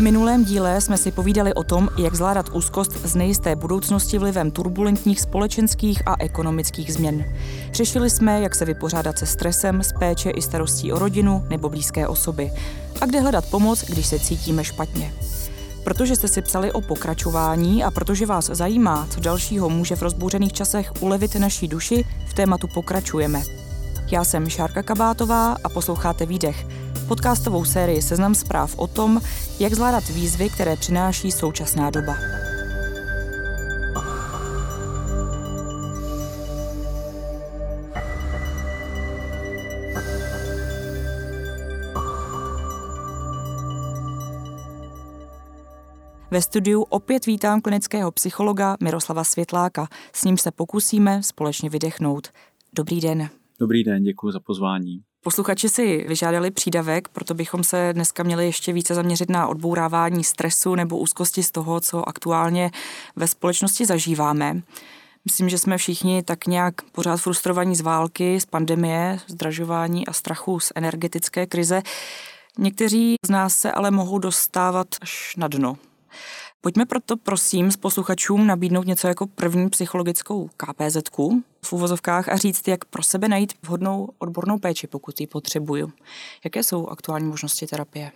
minulém díle jsme si povídali o tom, jak zvládat úzkost z nejisté budoucnosti vlivem turbulentních společenských a ekonomických změn. Řešili jsme, jak se vypořádat se stresem z péče i starostí o rodinu nebo blízké osoby a kde hledat pomoc, když se cítíme špatně. Protože jste si psali o pokračování a protože vás zajímá, co dalšího může v rozbouřených časech ulevit naší duši, v tématu pokračujeme. Já jsem Šárka Kabátová a posloucháte Výdech, podcastovou sérii Seznam zpráv o tom, jak zvládat výzvy, které přináší současná doba. Ve studiu opět vítám klinického psychologa Miroslava Světláka. S ním se pokusíme společně vydechnout. Dobrý den. Dobrý den, děkuji za pozvání. Posluchači si vyžádali přídavek, proto bychom se dneska měli ještě více zaměřit na odbourávání stresu nebo úzkosti z toho, co aktuálně ve společnosti zažíváme. Myslím, že jsme všichni tak nějak pořád frustrovaní z války, z pandemie, zdražování a strachu z energetické krize. Někteří z nás se ale mohou dostávat až na dno. Pojďme proto prosím s posluchačům nabídnout něco jako první psychologickou KPZ-ku v uvozovkách a říct, jak pro sebe najít vhodnou odbornou péči, pokud ji potřebuju. Jaké jsou aktuální možnosti terapie?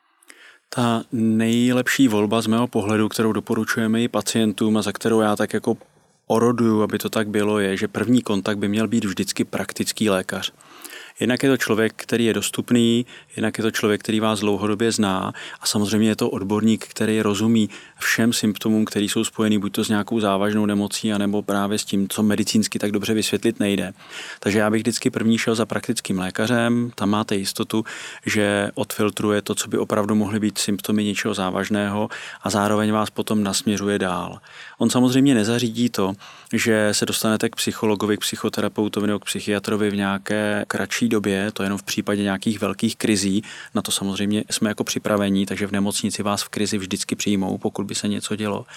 Ta nejlepší volba z mého pohledu, kterou doporučujeme i pacientům a za kterou já tak jako oroduju, aby to tak bylo, je, že první kontakt by měl být vždycky praktický lékař. Jednak je to člověk, který je dostupný, jednak je to člověk, který vás dlouhodobě zná a samozřejmě je to odborník, který rozumí všem symptomům, které jsou spojený buď to s nějakou závažnou nemocí, anebo právě s tím, co medicínsky tak dobře vysvětlit nejde. Takže já bych vždycky první šel za praktickým lékařem, tam máte jistotu, že odfiltruje to, co by opravdu mohly být symptomy něčeho závažného a zároveň vás potom nasměřuje dál. On samozřejmě nezařídí to, že se dostanete k psychologovi, k psychoterapeutovi nebo k psychiatrovi v nějaké kratší době, to jenom v případě nějakých velkých krizí, na to samozřejmě jsme jako připravení, takže v nemocnici vás v krizi vždycky přijmou, pokud by se něco dělo.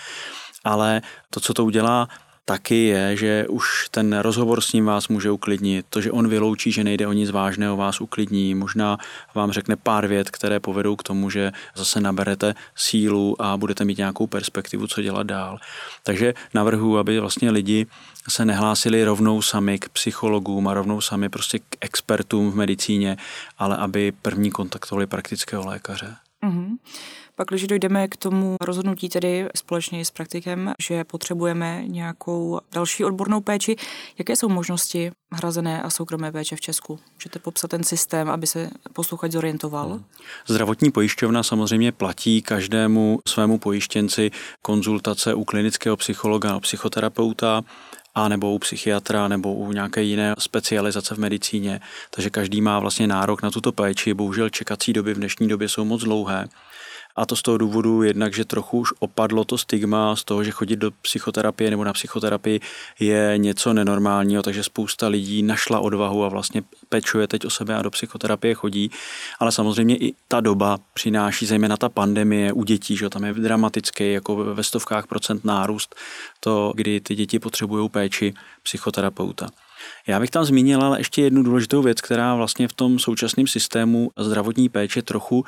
Ale to, co to udělá taky je, že už ten rozhovor s ním vás může uklidnit. To, že on vyloučí, že nejde o nic vážného, vás uklidní. Možná vám řekne pár vět, které povedou k tomu, že zase naberete sílu a budete mít nějakou perspektivu, co dělat dál. Takže navrhuji, aby vlastně lidi se nehlásili rovnou sami k psychologům a rovnou sami prostě k expertům v medicíně, ale aby první kontaktovali praktického lékaře. Mm-hmm. Pak, když dojdeme k tomu rozhodnutí tedy společně s praktikem, že potřebujeme nějakou další odbornou péči, jaké jsou možnosti hrazené a soukromé péče v Česku? Můžete popsat ten systém, aby se posluchač zorientoval? Zdravotní pojišťovna samozřejmě platí každému svému pojištěnci konzultace u klinického psychologa a psychoterapeuta, a nebo u psychiatra, nebo u nějaké jiné specializace v medicíně. Takže každý má vlastně nárok na tuto péči. Bohužel čekací doby v dnešní době jsou moc dlouhé. A to z toho důvodu jednak, že trochu už opadlo to stigma z toho, že chodit do psychoterapie nebo na psychoterapii je něco nenormálního, takže spousta lidí našla odvahu a vlastně pečuje teď o sebe a do psychoterapie chodí. Ale samozřejmě i ta doba přináší, zejména ta pandemie u dětí, že tam je dramatický, jako ve stovkách procent nárůst, to, kdy ty děti potřebují péči psychoterapeuta. Já bych tam zmínil ale ještě jednu důležitou věc, která vlastně v tom současném systému zdravotní péče trochu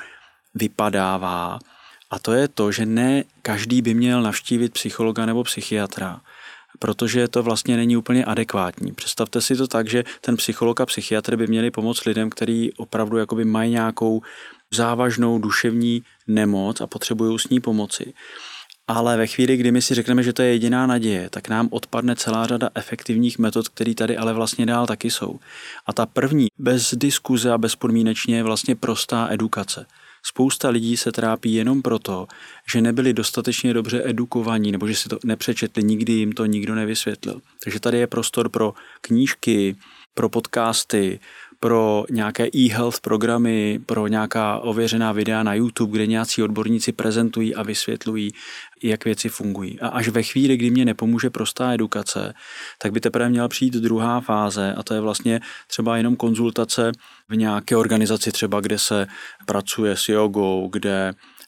vypadává, a to je to, že ne každý by měl navštívit psychologa nebo psychiatra, protože to vlastně není úplně adekvátní. Představte si to tak, že ten psycholog a psychiatr by měli pomoct lidem, kteří opravdu jakoby mají nějakou závažnou duševní nemoc a potřebují s ní pomoci. Ale ve chvíli, kdy my si řekneme, že to je jediná naděje, tak nám odpadne celá řada efektivních metod, které tady ale vlastně dál taky jsou. A ta první, bez diskuze a bezpodmínečně, je vlastně prostá edukace. Spousta lidí se trápí jenom proto, že nebyli dostatečně dobře edukovaní nebo že si to nepřečetli, nikdy jim to nikdo nevysvětlil. Takže tady je prostor pro knížky, pro podcasty, pro nějaké e-health programy, pro nějaká ověřená videa na YouTube, kde nějací odborníci prezentují a vysvětlují, jak věci fungují. A až ve chvíli, kdy mě nepomůže prostá edukace, tak by teprve měla přijít druhá fáze a to je vlastně třeba jenom konzultace v nějaké organizaci třeba, kde se pracuje s jogou, kde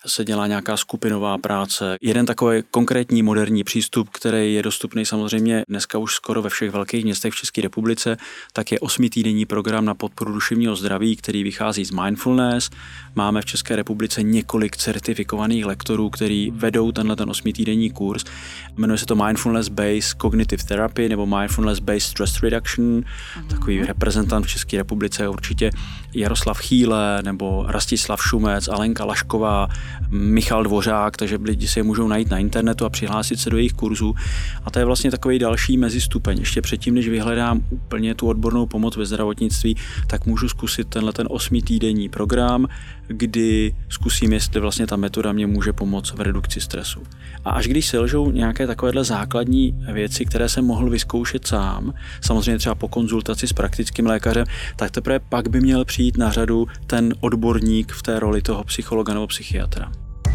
se dělá nějaká skupinová práce. Jeden takový konkrétní moderní přístup, který je dostupný samozřejmě dneska už skoro ve všech velkých městech v České republice, tak je 8týdenní program na podporu duševního zdraví, který vychází z mindfulness. Máme v České republice několik certifikovaných lektorů, kteří vedou tenhle 8týdenní kurz. Jmenuje se to Mindfulness Based Cognitive Therapy nebo Mindfulness Based Stress Reduction. Takový reprezentant v České republice je určitě Jaroslav Chýle nebo Rastislav Šumec, Alenka Lašková, Michal Dvořák, takže lidi si je můžou najít na internetu a přihlásit se do jejich kurzů. A to je vlastně takový další mezistupeň. Ještě předtím, než vyhledám úplně tu odbornou pomoc ve zdravotnictví, tak můžu zkusit tenhle 8týdenní program, kdy zkusím, jestli vlastně ta metoda mě může pomoct v redukci stresu. A až když selžou nějaké takovéhle základní věci, které jsem mohl vyzkoušet sám, samozřejmě třeba po konzultaci s praktickým lékařem, tak teprve pak by měl přijít na řadu ten odborník v té roli toho psychologa nebo psychiatra.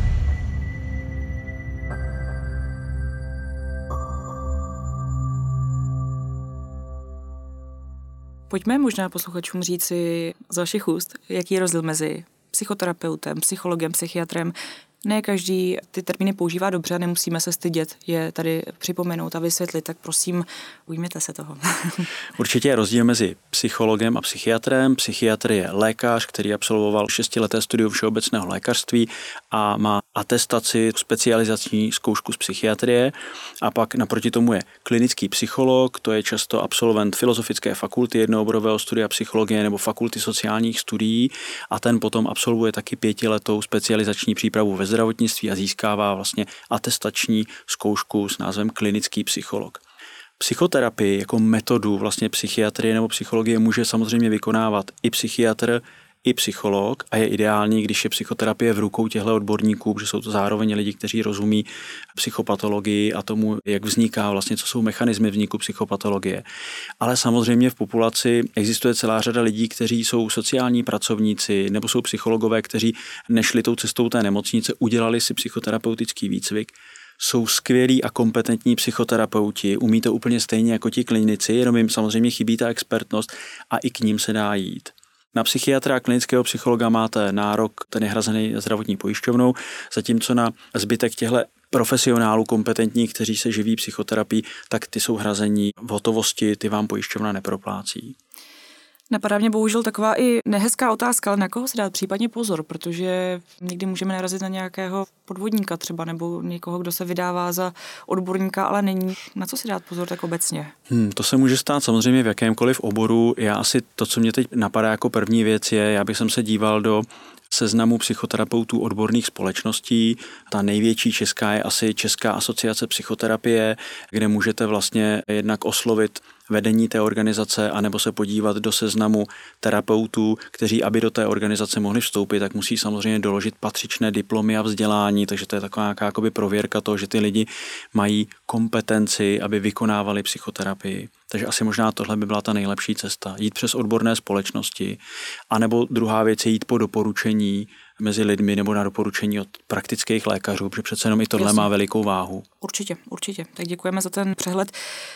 Pojďme možná posluchačům říci z vašich úst, jaký je rozdíl mezi psychoterapeutem, psychologem, psychiatrem. Ne každý ty termíny používá dobře, nemusíme se stydět je tady připomenout a vysvětlit, tak prosím, ujměte se toho. Určitě je rozdíl mezi psychologem a psychiatrem. Psychiatr je lékař, který absolvoval 6leté studium všeobecného lékařství a má atestaci, specializační zkoušku z psychiatrie. A pak naproti tomu je klinický psycholog, to je často absolvent filozofické fakulty jednooborového studia psychologie nebo fakulty sociálních studií a ten potom absolvuje taky 5letou specializační přípravu ve zdravotnictví a získává vlastně atestační zkoušku s názvem klinický psycholog. Psychoterapii jako metodu vlastně psychiatrie nebo psychologie může samozřejmě vykonávat i psychiatr, i psycholog a je ideální, když je psychoterapie v rukou těchto odborníků, protože jsou to zároveň lidi, kteří rozumí psychopatologii a tomu, jak vzniká vlastně, co jsou mechanismy vzniku psychopatologie. Ale samozřejmě v populaci existuje celá řada lidí, kteří jsou sociální pracovníci nebo jsou psychologové, kteří nešli tou cestou té nemocnice, udělali si psychoterapeutický výcvik. Jsou skvělí a kompetentní psychoterapeuti, umí to úplně stejně jako ti klinici, jenom jim samozřejmě chybí ta expertnost a i k ním se dá jít. Na psychiatra a klinického psychologa máte nárok, ten je hrazený zdravotní pojišťovnou, zatímco na zbytek těchto profesionálů kompetentních, kteří se živí psychoterapií, tak ty jsou hrazení v hotovosti, ty vám pojišťovna neproplácí. Napadá mě bohužel taková i nehezká otázka, ale na koho si dát případně pozor, protože někdy můžeme narazit na nějakého podvodníka třeba nebo někoho, kdo se vydává za odborníka, ale není. Na co si dát pozor tak obecně? To se může stát samozřejmě v jakémkoliv oboru. Já asi to, co mě teď napadá jako první věc je, já bych se díval do seznamu psychoterapeutů odborných společností. Ta největší česká je asi Česká asociace psychoterapie, kde můžete vlastně jednak oslovit vedení té organizace anebo se podívat do seznamu terapeutů, kteří, aby do té organizace mohli vstoupit, tak musí samozřejmě doložit patřičné diplomy a vzdělání, takže to je taková nějaká jakoby prověrka toho, že ty lidi mají kompetenci, aby vykonávali psychoterapii. Takže asi možná tohle by byla ta nejlepší cesta. Jít přes odborné společnosti, anebo druhá věc je jít po doporučení mezi lidmi nebo na doporučení od praktických lékařů, protože přece jenom i tohle má velikou váhu. Určitě. Tak děkujeme za ten přehled.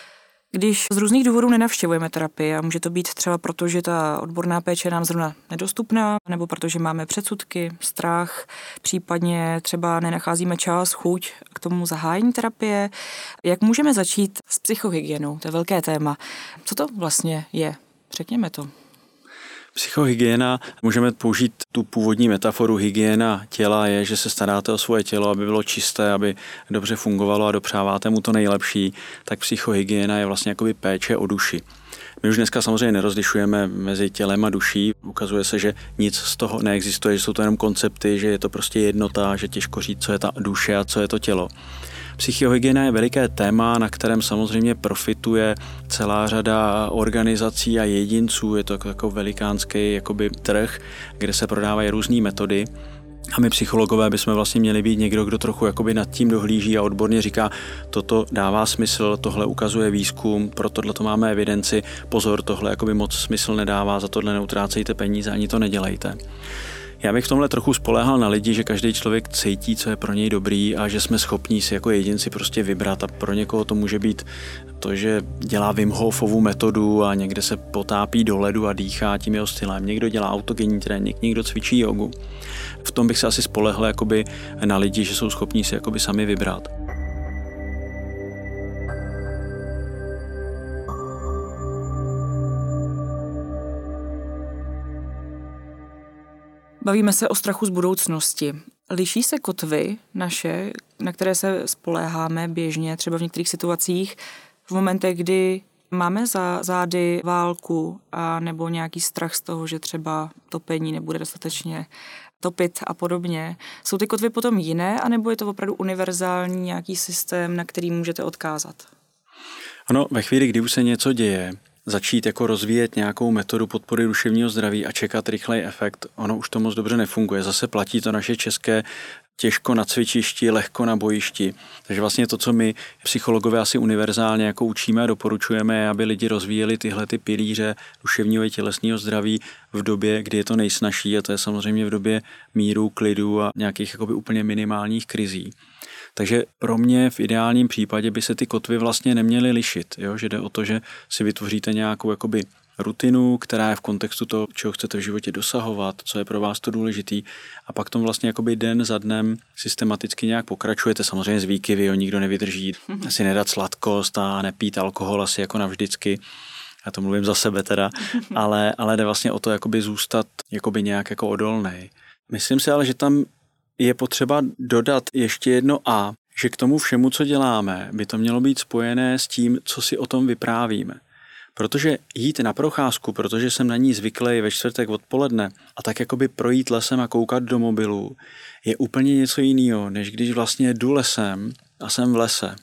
Když z různých důvodů nenavštěvujeme terapii, a může to být třeba proto, že ta odborná péče je nám zrovna nedostupná, nebo protože máme předsudky, strach, případně třeba nenacházíme čas, chuť k tomu zahájení terapie, jak můžeme začít s psychohygienou? To je velké téma. Co to vlastně je? Řekněme to. Psychohygiena, můžeme použít tu původní metaforu hygiena těla, je, že se staráte o svoje tělo, aby bylo čisté, aby dobře fungovalo a dopřáváte mu to nejlepší, tak psychohygiena je vlastně jakoby péče o duši. My už dneska samozřejmě nerozlišujeme mezi tělem a duší, ukazuje se, že nic z toho neexistuje, že jsou to jenom koncepty, že je to prostě jednota, že těžko říct, co je ta duše a co je to tělo. Psychohygiena je veliké téma, na kterém samozřejmě profituje celá řada organizací a jedinců. Je to jako velikánský jakoby trh, kde se prodávají různé metody. A my psychologové bychom vlastně měli být někdo, kdo trochu jakoby nad tím dohlíží a odborně říká, toto dává smysl, tohle ukazuje výzkum, pro tohle to máme evidenci, pozor, tohle jakoby moc smysl nedává, za tohle neutrácejte peníze, ani to nedělejte. Já bych v tomhle trochu spoléhal na lidi, že každý člověk cítí, co je pro něj dobrý a že jsme schopní si jako jedinci prostě vybrat a pro někoho to může být to, že dělá Wim Hofovu metodu a někde se potápí do ledu a dýchá tím jeho stylem. Někdo dělá autogenní trénink, někdo cvičí jogu. V tom bych se asi spolehl jakoby na lidi, že jsou schopní si jakoby sami vybrat. Bavíme se o strachu z budoucnosti. Liší se kotvy naše, na které se spoléháme běžně, třeba v některých situacích, v momentech, kdy máme za zády válku a nebo nějaký strach z toho, že třeba topení nebude dostatečně topit a podobně. Jsou ty kotvy potom jiné, anebo je to opravdu univerzální nějaký systém, na který můžete odkázat? Ano, ve chvíli, kdy už se něco děje, začít jako rozvíjet nějakou metodu podpory duševního zdraví a čekat rychlej efekt, ono už to moc dobře nefunguje. Zase platí to naše české těžko na cvičišti, lehko na bojišti. Takže vlastně to, co my psychologové asi univerzálně jako učíme a doporučujeme, je, aby lidi rozvíjeli tyhle ty pilíře duševního i tělesného zdraví v době, kdy je to nejsnažší, a to je samozřejmě v době míru, klidu a nějakých jakoby úplně minimálních krizí. Takže pro mě v ideálním případě by se ty kotvy vlastně neměly lišit, jo? Že jde o to, že si vytvoříte nějakou jakoby rutinu, která je v kontextu toho, čeho chcete v životě dosahovat, co je pro vás to důležitý, a pak tom vlastně jakoby den za dnem systematicky nějak pokračujete, samozřejmě z výkyvy, nikdo nevydrží, asi nedat sladkost a nepít alkohol asi jako navždycky. Já to mluvím za sebe teda, ale jde vlastně o to jakoby zůstat jakoby nějak jako odolnej. Myslím si ale, že tam je potřeba dodat ještě jedno a, že k tomu všemu, co děláme, by to mělo být spojené s tím, co si o tom vyprávíme. Protože jít na procházku, protože jsem na ní zvyklý ve čtvrtek odpoledne a tak jakoby projít lesem a koukat do mobilu, je úplně něco jiného, než když vlastně jdu lesem a jsem v lese.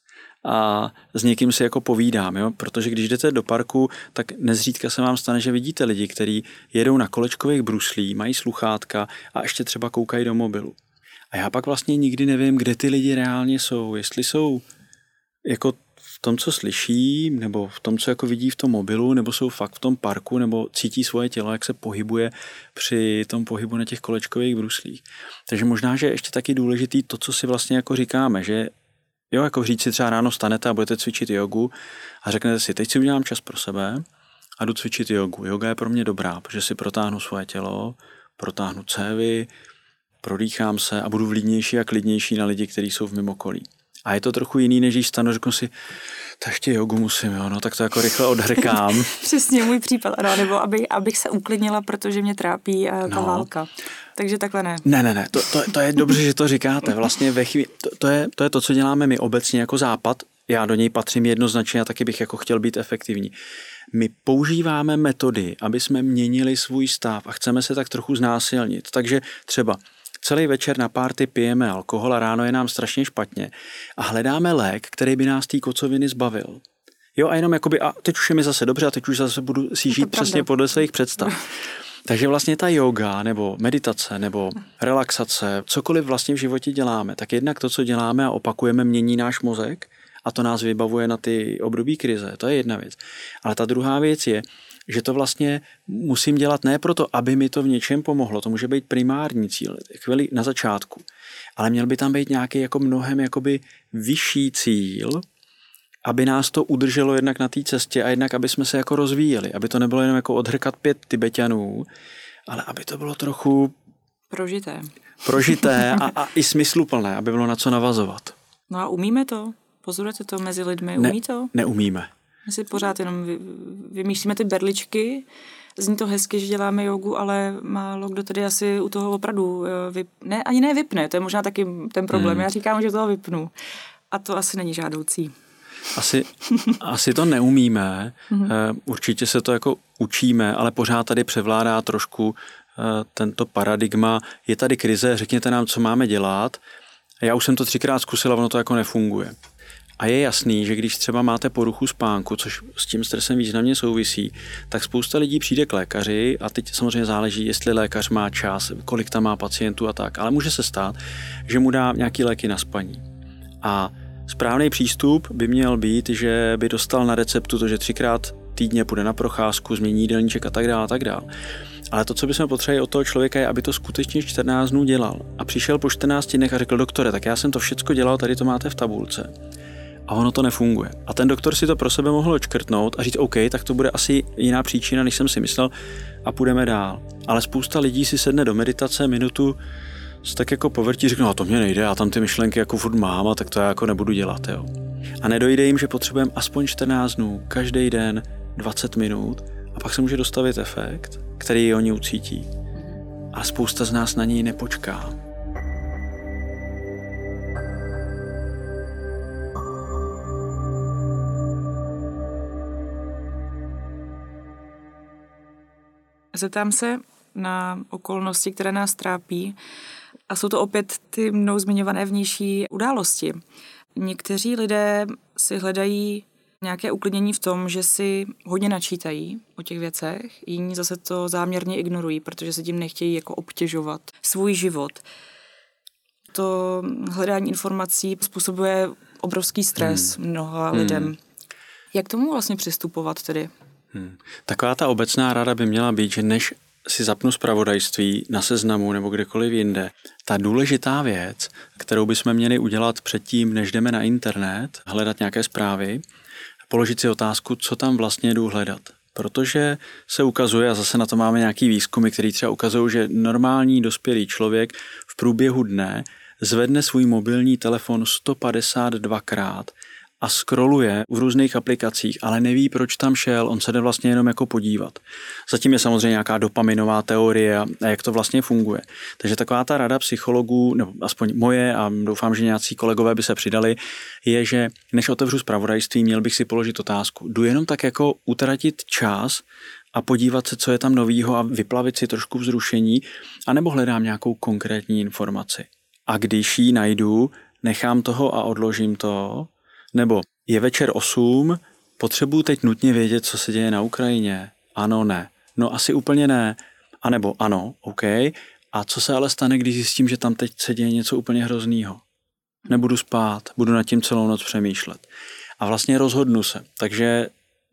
A s někým si jako povídám, jo? Protože když jdete do parku, tak nezřídka se vám stane, že vidíte lidi, kteří jedou na kolečkových bruslích, mají sluchátka a ještě třeba koukají do mobilu. A já pak vlastně nikdy nevím, kde ty lidi reálně jsou, jestli jsou jako v tom, co slyší, nebo v tom, co jako vidí v tom mobilu, nebo jsou fakt v tom parku, nebo cítí svoje tělo, jak se pohybuje při tom pohybu na těch kolečkových bruslích. Takže možná, že je ještě taky důležitý to, co si vlastně jako říkáme, že jo, jako říct si třeba ráno stanete a budete cvičit jogu a řeknete si, teď si udělám čas pro sebe a jdu cvičit jogu. Yoga je pro mě dobrá, protože si protáhnu svoje tělo, protáhnu cévy, prodýchám se a budu vlídnější a klidnější na lidi, kteří jsou v mém okolí. A je to trochu jiný, než když stanu, řeknu si, tak ještě jogu musím, jo, no tak to jako rychle odhrkám. Přesně můj případ, ano, nebo abych se uklidnila, protože mě trápí ta válka. Takže takhle ne. Ne, to je dobře, že to říkáte. Vlastně ve chvíli, to je to, co děláme my obecně jako Západ. Já do něj patřím jednoznačně a taky bych jako chtěl být efektivní. My používáme metody, aby jsme měnili svůj stav a chceme se tak trochu znásilnit. Takže třeba celý večer na party pijeme alkohol a ráno je nám strašně špatně a hledáme lék, který by nás té kocoviny zbavil. Jo, a jenom jakoby, a teď už je mi zase dobře a teď už zase budu si žít přesně podle svých představ. Takže vlastně ta yoga nebo meditace nebo relaxace, cokoliv vlastně v životě děláme, tak jednak to, co děláme a opakujeme, mění náš mozek a to nás vybavuje na ty období krize. To je jedna věc. Ale ta druhá věc je, že to vlastně musím dělat ne proto, aby mi to v něčem pomohlo. To může být primární cíl, chvíli na začátku. Ale měl by tam být nějaký jako mnohem jakoby vyšší cíl, aby nás to udrželo jednak na té cestě a jednak, aby jsme se jako rozvíjeli. Aby to nebylo jenom jako odhrkat 5 Tibeťanů, ale aby to bylo trochu prožité a i smysluplné, aby bylo na co navazovat. No a umíme to? Pozorujete to mezi lidmi? Umí to? Neumíme. My si pořád jenom vymýšlíme ty berličky, zní to hezky, že děláme jogu, ale málo kdo tedy asi u toho opravdu ani ne vypne, to je možná taky ten problém. Já říkám, že toho vypnu a to asi není žádoucí. Asi to neumíme, určitě se to jako učíme, ale pořád tady převládá trošku tento paradigma. Je tady krize, řekněte nám, co máme dělat. Já už jsem to 3krát zkusil a ono to jako nefunguje. A je jasný, že když třeba máte poruchu spánku, což s tím stresem významně souvisí, tak spousta lidí přijde k lékaři a teď samozřejmě záleží, jestli lékař má čas, kolik tam má pacientů a tak, ale může se stát, že mu dá nějaký léky na spaní. A správný přístup by měl být, že by dostal na receptu to, že 3krát týdně půjde na procházku, změní jídelníček a tak dále, a tak dále. Ale to, co bychom potřebovali od toho člověka, je, aby to skutečně 14 dnů dělal. A přišel po 14 dnech a řekl, doktore, tak já jsem to všecko dělal, tady to máte v tabulce. A ono to nefunguje. A ten doktor si to pro sebe mohl odškrtnout a říct, OK, tak to bude asi jiná příčina, než jsem si myslel, a půjdeme dál. Ale spousta lidí si sedne do meditace minutu, tak jako povrtí, řekne, no to mě nejde, já tam ty myšlenky jako furt mám, a tak to já jako nebudu dělat, jo. A nedojde jim, že potřebujeme aspoň 14 dnů, každý den 20 minut, a pak se může dostavit efekt, který oni ucítí. A spousta z nás na něj nepočká. Zeptám se na okolnosti, které nás trápí, a jsou to opět ty mnou zmiňované vnější události. Někteří lidé si hledají nějaké uklidnění v tom, že si hodně načítají o těch věcech, jiní zase to záměrně ignorují, protože se tím nechtějí jako obtěžovat svůj život. To hledání informací způsobuje obrovský stres mnoha lidem. Jak tomu vlastně přistupovat tedy? Taková ta obecná rada by měla být, že než si zapnu zpravodajství na Seznamu nebo kdekoliv jinde, ta důležitá věc, kterou bychom měli udělat předtím, než jdeme na internet, hledat nějaké zprávy, položit si otázku, co tam vlastně jdu hledat. Protože se ukazuje, a zase na to máme nějaký výzkumy, který třeba ukazují, že normální dospělý člověk v průběhu dne zvedne svůj mobilní telefon 152krát a scrolluje v různých aplikacích, ale neví, proč tam šel, on se jde vlastně jenom jako podívat. Zatím je samozřejmě nějaká dopaminová teorie a jak to vlastně funguje. Takže taková ta rada psychologů, nebo aspoň moje, a doufám, že nějací kolegové by se přidali, je, že než otevřu zpravodajství, měl bych si položit otázku. Jdu jenom tak jako utratit čas a podívat se, co je tam novýho, a vyplavit si trošku vzrušení, anebo hledám nějakou konkrétní informaci. A když ji najdu, nechám toho a odložím to. Nebo je večer 8, potřebuji teď nutně vědět, co se děje na Ukrajině. Ano, ne. No asi úplně ne. A nebo ano, OK. A co se ale stane, když zjistím, že tam teď se děje něco úplně hroznýho? Nebudu spát, budu nad tím celou noc přemýšlet. A vlastně rozhodnu se. Takže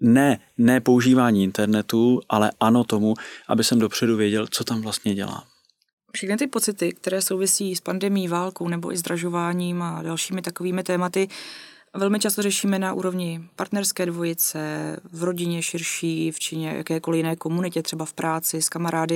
ne používání internetu, ale ano tomu, aby jsem dopředu věděl, co tam vlastně dělám. Všechny ty pocity, které souvisí s pandemií, válkou nebo i zdražováním a dalšími takovými tématy, velmi často řešíme na úrovni partnerské dvojice, v rodině širší, v čině jakékoliv jiné komunitě, třeba v práci, s kamarády.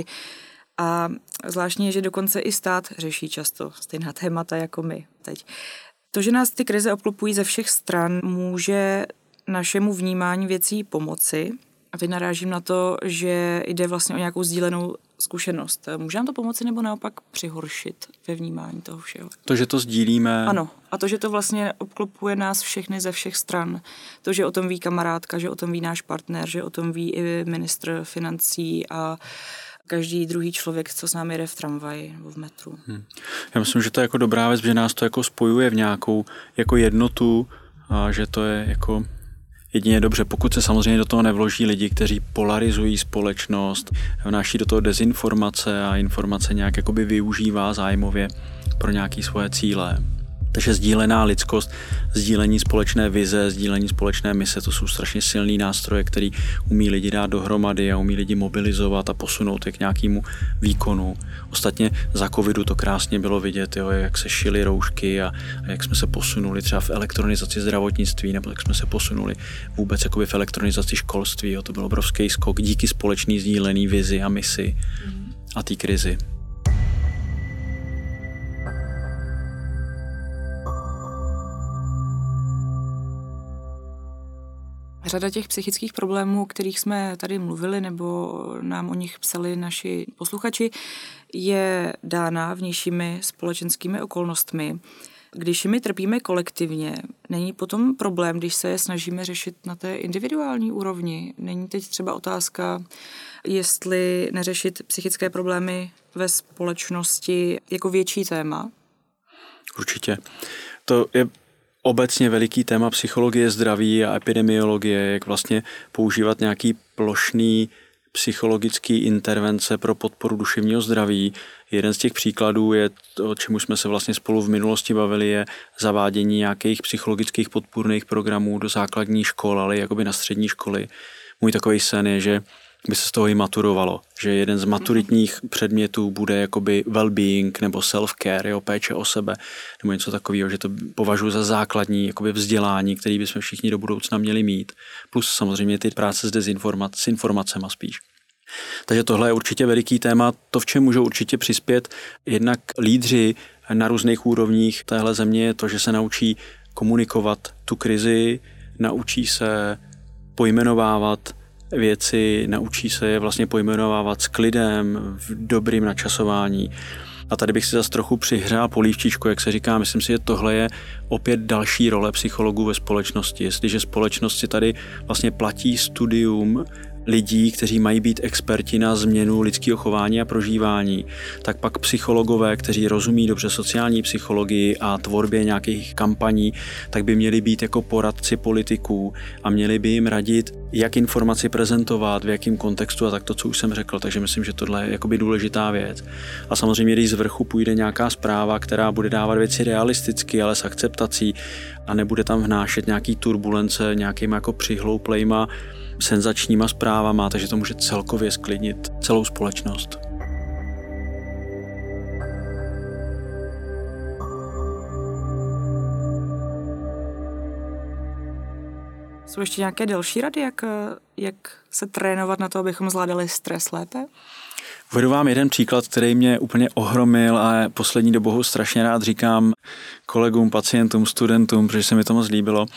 A zvláštně je, že dokonce i stát řeší často stejná témata jako my teď. To, že nás ty krize obklopují ze všech stran, může našemu vnímání věcí pomoci. A teď narážím na to, že jde vlastně o nějakou sdílenou zkušenost. Může nám to pomoci nebo naopak přihoršit ve vnímání toho všeho? To, že to sdílíme. Ano. A to, že to vlastně obklopuje nás všechny ze všech stran. To, že o tom ví kamarádka, že o tom ví náš partner, že o tom ví i ministr financí a každý druhý člověk, co s námi jede v tramvaji nebo v metru. Já myslím, že to je jako dobrá věc, že nás to jako spojuje v nějakou jako jednotu a že to je jako jedině dobře, pokud se samozřejmě do toho nevloží lidi, kteří polarizují společnost, vnáší do toho dezinformace a informace nějak jakoby využívá zájmově pro nějaké svoje cíle. Takže sdílená lidskost, sdílení společné vize, sdílení společné mise, to jsou strašně silný nástroje, který umí lidi dát dohromady a umí lidi mobilizovat a posunout je k nějakému výkonu. Ostatně za covidu to krásně bylo vidět, jo, jak se šily roušky a jak jsme se posunuli třeba v elektronizaci zdravotnictví, nebo jak jsme se posunuli vůbec jakoby v elektronizaci školství. Jo, to byl obrovský skok díky společný sdílený vizi a misi a té krizi. Řada těch psychických problémů, o kterých jsme tady mluvili nebo nám o nich psali naši posluchači, je dána vnějšími společenskými okolnostmi. Když my trpíme kolektivně, není potom problém, když se je snažíme řešit na té individuální úrovni. Není teď třeba otázka, jestli neřešit psychické problémy ve společnosti jako větší téma? Určitě. To je obecně veliký téma psychologie zdraví a epidemiologie, jak vlastně používat nějaký plošný psychologický intervence pro podporu duševního zdraví. Jeden z těch příkladů je, o čemu jsme se vlastně spolu v minulosti bavili, je zavádění nějakých psychologických podpůrných programů do základní škol, ale jakoby na střední školy. můj takový sen je, že by se z toho i maturovalo, že jeden z maturitních předmětů bude jakoby well-being nebo self-care, jo, péče o sebe, nebo něco takového, že to považuji za základní jakoby vzdělání, který bychom všichni do budoucna měli mít, plus samozřejmě ty práce s informacemi spíš. Takže tohle je určitě veliký téma, to, v čem můžou určitě přispět jednak lídři na různých úrovních téhle země, je to, že se naučí komunikovat tu krizi, naučí se pojmenovávat věci, naučí se je vlastně pojmenovávat s klidem, v dobrým načasování. A tady bych si zase trochu přihřál polívčičku, jak se říká, myslím si, že tohle je opět další role psychologů ve společnosti. Jestliže společnost si tady vlastně platí studium lidí, kteří mají být experti na změnu lidského chování a prožívání, tak pak psychologové, kteří rozumí dobře sociální psychologii a tvorbě nějakých kampaní, tak by měli být jako poradci politiků a měli by jim radit, jak informaci prezentovat, v jakém kontextu a tak to, co už jsem řekl. Takže myslím, že tohle je jakoby důležitá věc. A samozřejmě, když z vrchu půjde nějaká zpráva, která bude dávat věci realisticky, ale s akceptací a nebude tam vnášet nějaký turbulence nějakýma jako přihlouplejma senzačníma zprávama, takže to může celkově sklidnit celou společnost. Jsou ještě nějaké další rady, jak se trénovat na to, abychom zvládali stres lépe? Uvedu vám jeden příklad, který mě úplně ohromil a poslední dobou ho strašně rád říkám kolegům, pacientům, studentům, protože se mi to moc líbilo.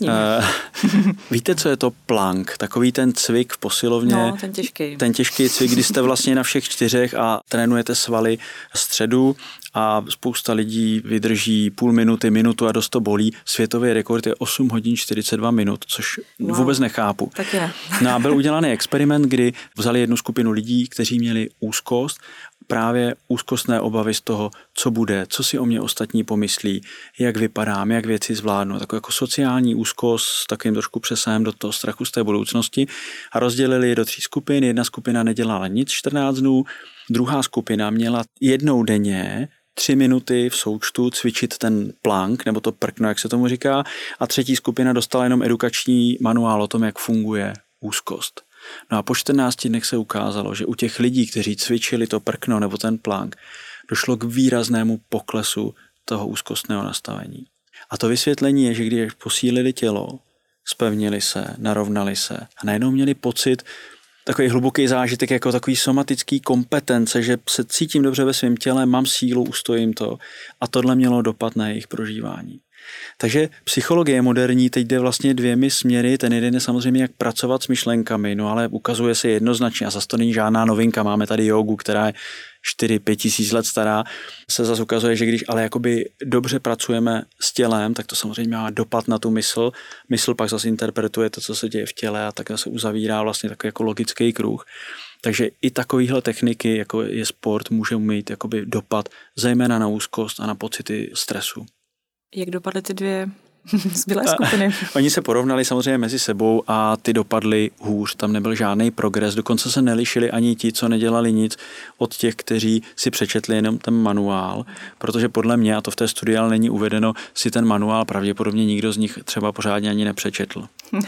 Víte, co je to plank? Takový ten cvik v posilovně. No, ten těžký. Ten těžký cvik, kdy jste vlastně na všech 4 a trénujete svaly středu a spousta lidí vydrží půl minuty, minutu a dost to bolí. Světový rekord je 8 hodin 42 minut, což vůbec nechápu. Taky ne. No a byl udělaný experiment, kdy vzali jednu skupinu lidí, kteří měli úzkost, právě úzkostné obavy z toho, co bude, co si o mě ostatní pomyslí, jak vypadám, jak věci zvládnu, takovou jako sociální úzkost s takovým trošku přesahem do toho strachu z té budoucnosti a rozdělili je do 3 skupin. Jedna skupina nedělala nic 14 dnů, druhá skupina měla jednou denně 3 minuty v součtu cvičit ten plank, nebo to prkno, jak se tomu říká, a třetí skupina dostala jenom edukační manuál o tom, jak funguje úzkost. No a po 14 dnech se ukázalo, že u těch lidí, kteří cvičili to prkno nebo ten plank, došlo k výraznému poklesu toho úzkostného nastavení. A to vysvětlení je, že když posílili tělo, zpevnili se, narovnali se a najednou měli pocit, takový hluboký zážitek jako takový somatický kompetence, že se cítím dobře ve svém těle, mám sílu, ustojím to a tohle mělo dopad na jejich prožívání. Takže psychologie moderní teď jde vlastně 2 směry, ten jeden je samozřejmě jak pracovat s myšlenkami, no ale ukazuje se jednoznačně a zase to není žádná novinka, máme tady jógu, která je 4-5 tisíc let stará, se zase ukazuje, že když ale jakoby dobře pracujeme s tělem, tak to samozřejmě má dopad na tu mysl pak zase interpretuje to, co se děje v těle a tak se uzavírá vlastně takový jako logický kruh. Takže i takovýhle techniky, jako je sport, může mít jakoby dopad zejména na úzkost a na pocity stresu. Jak dopadly ty 2 zbylé skupiny? Oni se porovnali samozřejmě mezi sebou a ty dopadly hůř, tam nebyl žádný progres, dokonce se nelišili ani ti, co nedělali nic od těch, kteří si přečetli jenom ten manuál, protože podle mě, a to v té studii ale není uvedeno, si ten manuál pravděpodobně nikdo z nich třeba pořádně ani nepřečetl.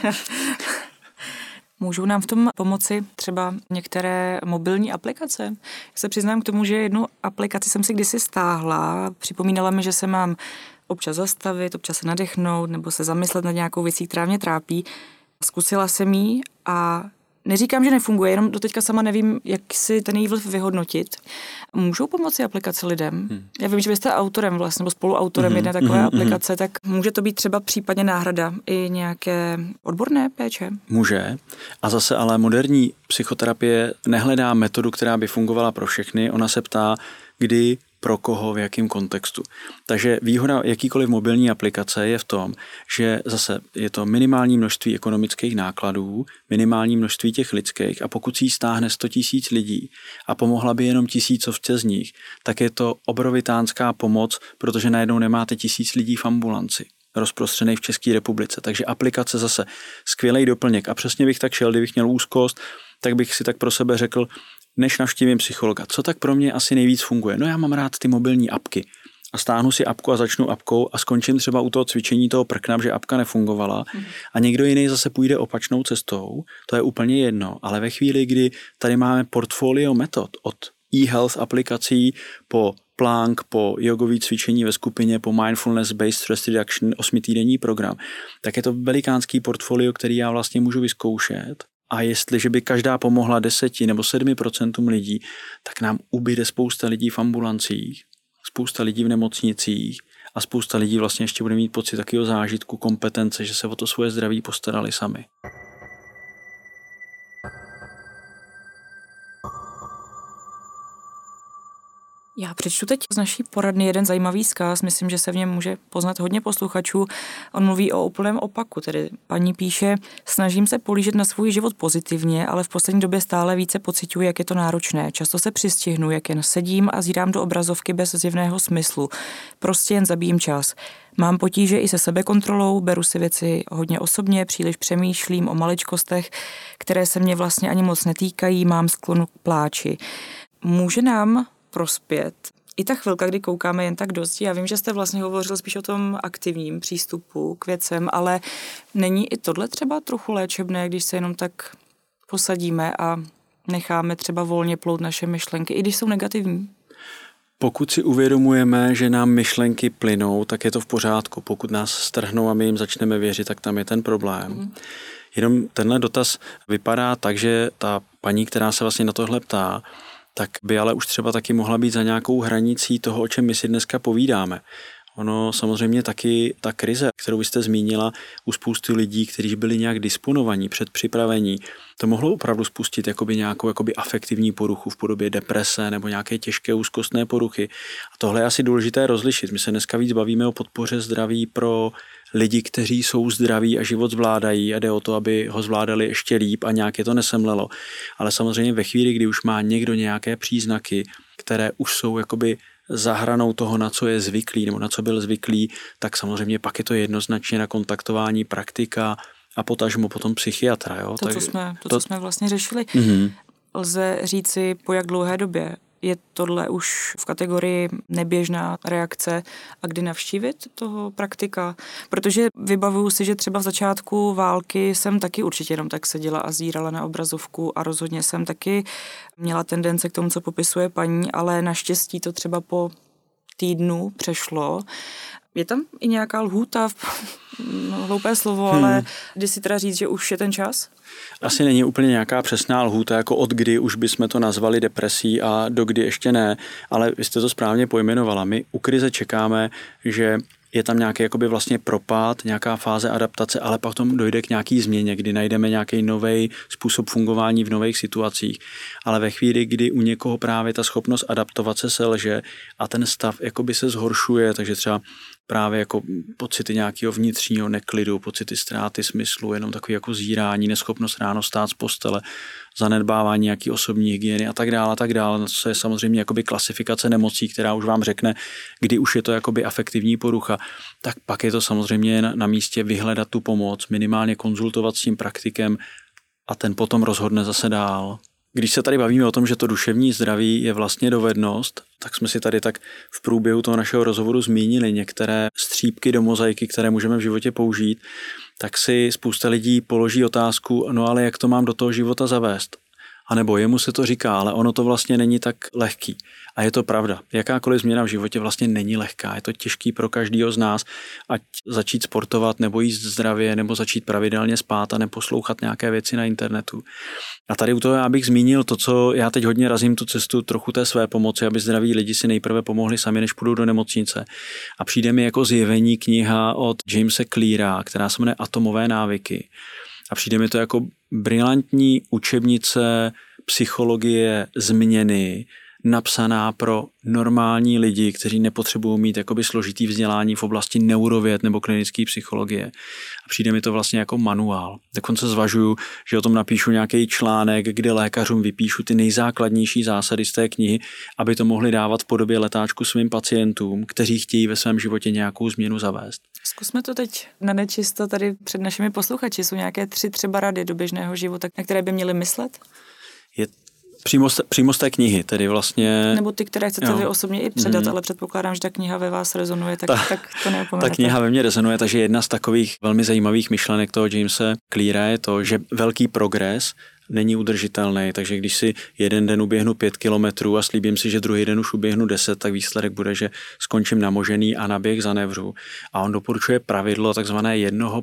Můžou nám v tom pomoci třeba některé mobilní aplikace? Já se přiznám k tomu, že jednu aplikaci jsem si kdysi stáhla, připomínala mi, že se mám občas zastavit, občas se nadechnout nebo se zamyslet nad nějakou věcí, která mě trápí. Zkusila jsem ji a neříkám, že nefunguje, jenom doteďka sama nevím, jak si ten její vliv vyhodnotit. Můžou pomoci aplikace lidem? Já vím, že vy jste autorem vlastně, nebo spoluautorem jedné takové aplikace, tak může to být třeba případně náhrada i nějaké odborné péče? Může. A zase ale moderní psychoterapie nehledá metodu, která by fungovala pro všechny. Ona se ptá, kdy, pro koho, v jakém kontextu. Takže výhoda jakýkoliv mobilní aplikace je v tom, že zase je to minimální množství ekonomických nákladů, minimální množství těch lidských a pokud si ji stáhne 100 000 lidí a pomohla by jenom 1000 z nich, tak je to obrovitánská pomoc, protože najednou nemáte 1000 lidí v ambulanci rozprostřenej v České republice. Takže aplikace zase skvělej doplněk a přesně bych tak šel, kdybych měl úzkost, tak bych si tak pro sebe řekl, než navštívím psychologa. Co tak pro mě asi nejvíc funguje? No já mám rád ty mobilní apky. a stáhnu si apku a začnu apkou a skončím třeba u toho cvičení toho prkna, že apka nefungovala a někdo jiný zase půjde opačnou cestou, to je úplně jedno, ale ve chvíli, kdy tady máme portfolio metod od e-health aplikací po plank, po jogový cvičení ve skupině, po mindfulness-based stress reduction, 8týdenní program, tak je to velikánský portfolio, který já vlastně můžu vyzkoušet. A jestliže by každá pomohla 10 nebo 7% lidí, tak nám ubyde spousta lidí v ambulancích, spousta lidí v nemocnicích a spousta lidí vlastně ještě bude mít pocit takového zážitku, kompetence, že se o to svoje zdraví postarali sami. Já přečtu teď z naší poradny jeden zajímavý vzkaz, myslím, že se v něm může poznat hodně posluchačů. On mluví o úplném opaku, tedy paní píše, snažím se pohlížet na svůj život pozitivně, ale v poslední době stále více pociťuji, jak je to náročné. Často se přistihnu, jak jen sedím a zírám do obrazovky bez zjevného smyslu. Prostě jen zabijím čas. Mám potíže i se sebekontrolou, beru si věci hodně osobně, příliš přemýšlím o maličkostech, které se mě vlastně ani moc netýkají, mám sklon k pláči. Může nám prospět i ta chvilka, kdy koukáme jen tak dost. Já vím, že jste vlastně hovořil spíš o tom aktivním přístupu k věcem, ale není i tohle třeba trochu léčebné, když se jenom tak posadíme a necháme třeba volně plout naše myšlenky, i když jsou negativní? Pokud si uvědomujeme, že nám myšlenky plynou, tak je to v pořádku. Pokud nás strhnou a my jim začneme věřit, tak tam je ten problém. Jenom tenhle dotaz vypadá tak, že ta paní, která se vlastně na tohle ptá, tak by ale už třeba taky mohla být za nějakou hranicí toho, o čem my si dneska povídáme. Ono samozřejmě taky ta krize, kterou vy jste zmínila, u spousty lidí, kteří byli nějak disponovaní, předpřipravení, to mohlo opravdu spustit nějakou afektivní poruchu v podobě deprese nebo nějaké těžké úzkostné poruchy. A tohle je asi důležité rozlišit. My se dneska víc bavíme o podpoře zdraví pro lidi, kteří jsou zdraví a život zvládají a jde o to, aby ho zvládali ještě líp a nějak je to nesemlelo. Ale samozřejmě ve chvíli, kdy už má někdo nějaké příznaky, které už jsou za hranou toho, na co je zvyklý nebo na co byl zvyklý, tak samozřejmě pak je to jednoznačně na kontaktování praktika a potažmo potom psychiatra. Jo? Co jsme vlastně řešili. Lze říci, po jak dlouhé době je tohle už v kategorii neběžná reakce a kdy navštívit toho praktika? Protože vybavuju si, že třeba v začátku války jsem taky určitě jenom tak seděla a zírala na obrazovku a rozhodně jsem taky měla tendence k tomu, co popisuje paní, ale naštěstí to třeba po týdnu přešlo. Je tam i nějaká lhůta, hloupé slovo, ale kdy si teda říct, že už je ten čas? Asi není úplně nějaká přesná lhůta, jako od kdy už bychom to nazvali depresí a do kdy ještě ne, ale vy jste to správně pojmenovala. My u krize čekáme, že je tam nějaký vlastně propad, nějaká fáze adaptace, ale pak tomu dojde k nějaký změně, kdy najdeme nějaký nový způsob fungování v nových situacích. Ale ve chvíli, kdy u někoho právě ta schopnost adaptovat se selže a ten stav se zhoršuje, takže třeba právě pocity nějakého vnitřního neklidu, pocity ztráty smyslu, jenom takový zírání, neschopnost ráno stát z postele, zanedbávání nějaký osobní hygieny a tak dále. To je samozřejmě klasifikace nemocí, která už vám řekne, kdy už je to afektivní porucha. Tak pak je to samozřejmě na místě vyhledat tu pomoc, minimálně konzultovat s tím praktikem a ten potom rozhodne zase dál. Když se tady bavíme o tom, že to duševní zdraví je vlastně dovednost, tak jsme si tady tak v průběhu toho našeho rozhovoru zmínili některé střípky do mozaiky, které můžeme v životě použít, tak si spousta lidí položí otázku, no ale jak to mám do toho života zavést? A nebo jemu se to říká, ale ono to vlastně není tak lehký. A je to pravda. Jakákoliv změna v životě vlastně není lehká. Je to těžký pro každého z nás, ať začít sportovat, nebo jíst zdravě, nebo začít pravidelně spát a neposlouchat nějaké věci na internetu. A tady u toho já bych zmínil to, co já teď hodně razím tu cestu trochu té své pomoci, aby zdraví lidi si nejprve pomohli sami, než půjdou do nemocnice. A přijde mi jako zjevení kniha od Jamese Cleara, která se jmenuje Atomové návyky. A přijde mi to jako brilantní učebnice psychologie změny, napsaná pro normální lidi, kteří nepotřebují mít složitý vzdělání v oblasti neurověd nebo klinické psychologie. A přijde mi to vlastně jako manuál. Dokonce zvažuju, že o tom napíšu nějaký článek, kde lékařům vypíšu ty nejzákladnější zásady z té knihy, aby to mohli dávat v podobě letáčku svým pacientům, kteří chtějí ve svém životě nějakou změnu zavést. Zkusme to teď na nečisto tady před našimi posluchači. Jsou nějaké 3 třeba rady do běžného života, na které by měli myslet? Je Přímo z té knihy, tedy vlastně... Nebo ty, které chcete vy osobně i předat, ale předpokládám, že ta kniha ve vás rezonuje, tak to neopomenete. Ta kniha ve mně rezonuje, takže jedna z takových velmi zajímavých myšlenek toho Jamese Cleara je to, že velký progres není udržitelný, takže když si jeden den uběhnu 5 kilometrů a slíbím si, že druhý den už uběhnu 10, tak výsledek bude, že skončím namožený a na běh zanevřu. A on doporučuje pravidlo takzvané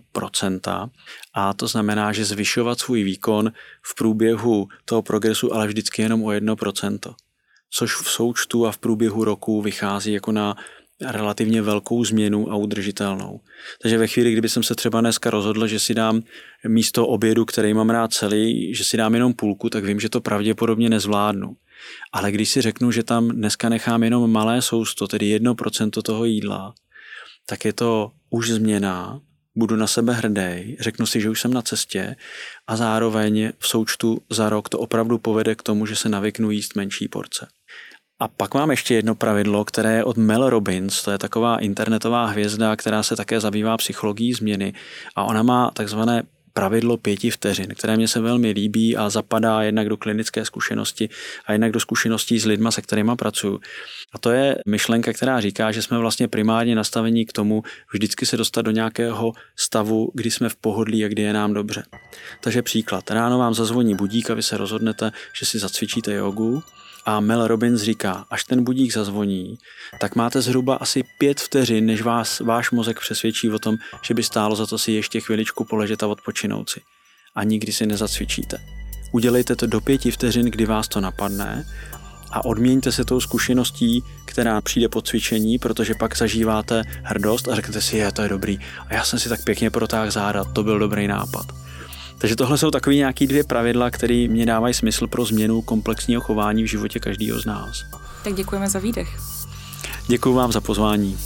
1%, a to znamená, že zvyšovat svůj výkon v průběhu toho progresu, ale vždycky jenom o 1%. Což v součtu a v průběhu roku vychází jako na relativně velkou změnu a udržitelnou. Takže ve chvíli, kdyby jsem se třeba dneska rozhodl, že si dám místo obědu, který mám rád celý, že si dám jenom půlku, tak vím, že to pravděpodobně nezvládnu. Ale když si řeknu, že tam dneska nechám jenom malé sousto, tedy 1% toho jídla, tak je to už změna, budu na sebe hrdý, řeknu si, že už jsem na cestě a zároveň v součtu za rok to opravdu povede k tomu, že se navyknu jíst menší porce. A pak mám ještě jedno pravidlo, které je od Mel Robbins, to je taková internetová hvězda, která se také zabývá psychologií změny a ona má takzvané pravidlo 5 vteřin, které mě se velmi líbí a zapadá jednak do klinické zkušenosti a jednak do zkušeností s lidma, se kterýma pracuju. A to je myšlenka, která říká, že jsme vlastně primárně nastavení k tomu vždycky se dostat do nějakého stavu, kdy jsme v pohodlí a kdy je nám dobře. Takže příklad. Ráno vám zazvoní budík a vy se rozhodnete, že si zacvičíte jogu. A Mel Robbins říká, až ten budík zazvoní, tak máte zhruba asi 5 vteřin, než váš mozek přesvědčí o tom, že by stálo za to si ještě chviličku poležet a odpočinout si. A nikdy si nezacvičíte. Udělejte to do 5 vteřin, kdy vás to napadne a odměňte se tou zkušeností, která přijde po cvičení, protože pak zažíváte hrdost a řeknete si, to je dobrý. A já jsem si tak pěkně protáhl záda, to byl dobrý nápad. Takže tohle jsou takový nějaký 2 pravidla, které mě dávají smysl pro změnu komplexního chování v životě každého z nás. Tak děkujeme za výdech. Děkuji vám za pozvání.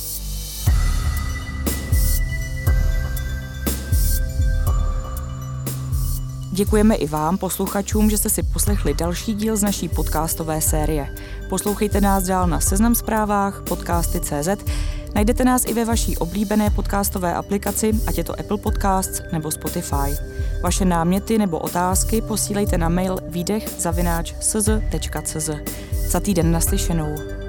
Děkujeme i vám, posluchačům, že jste si poslechli další díl z naší podcastové série. Poslouchejte nás dál na Seznam Zprávách, podcasty.cz. Najdete nás i ve vaší oblíbené podcastové aplikaci, ať je to Apple Podcasts nebo Spotify. Vaše náměty nebo otázky posílejte na mail videch@sz.cz. Za týden naslyšenou.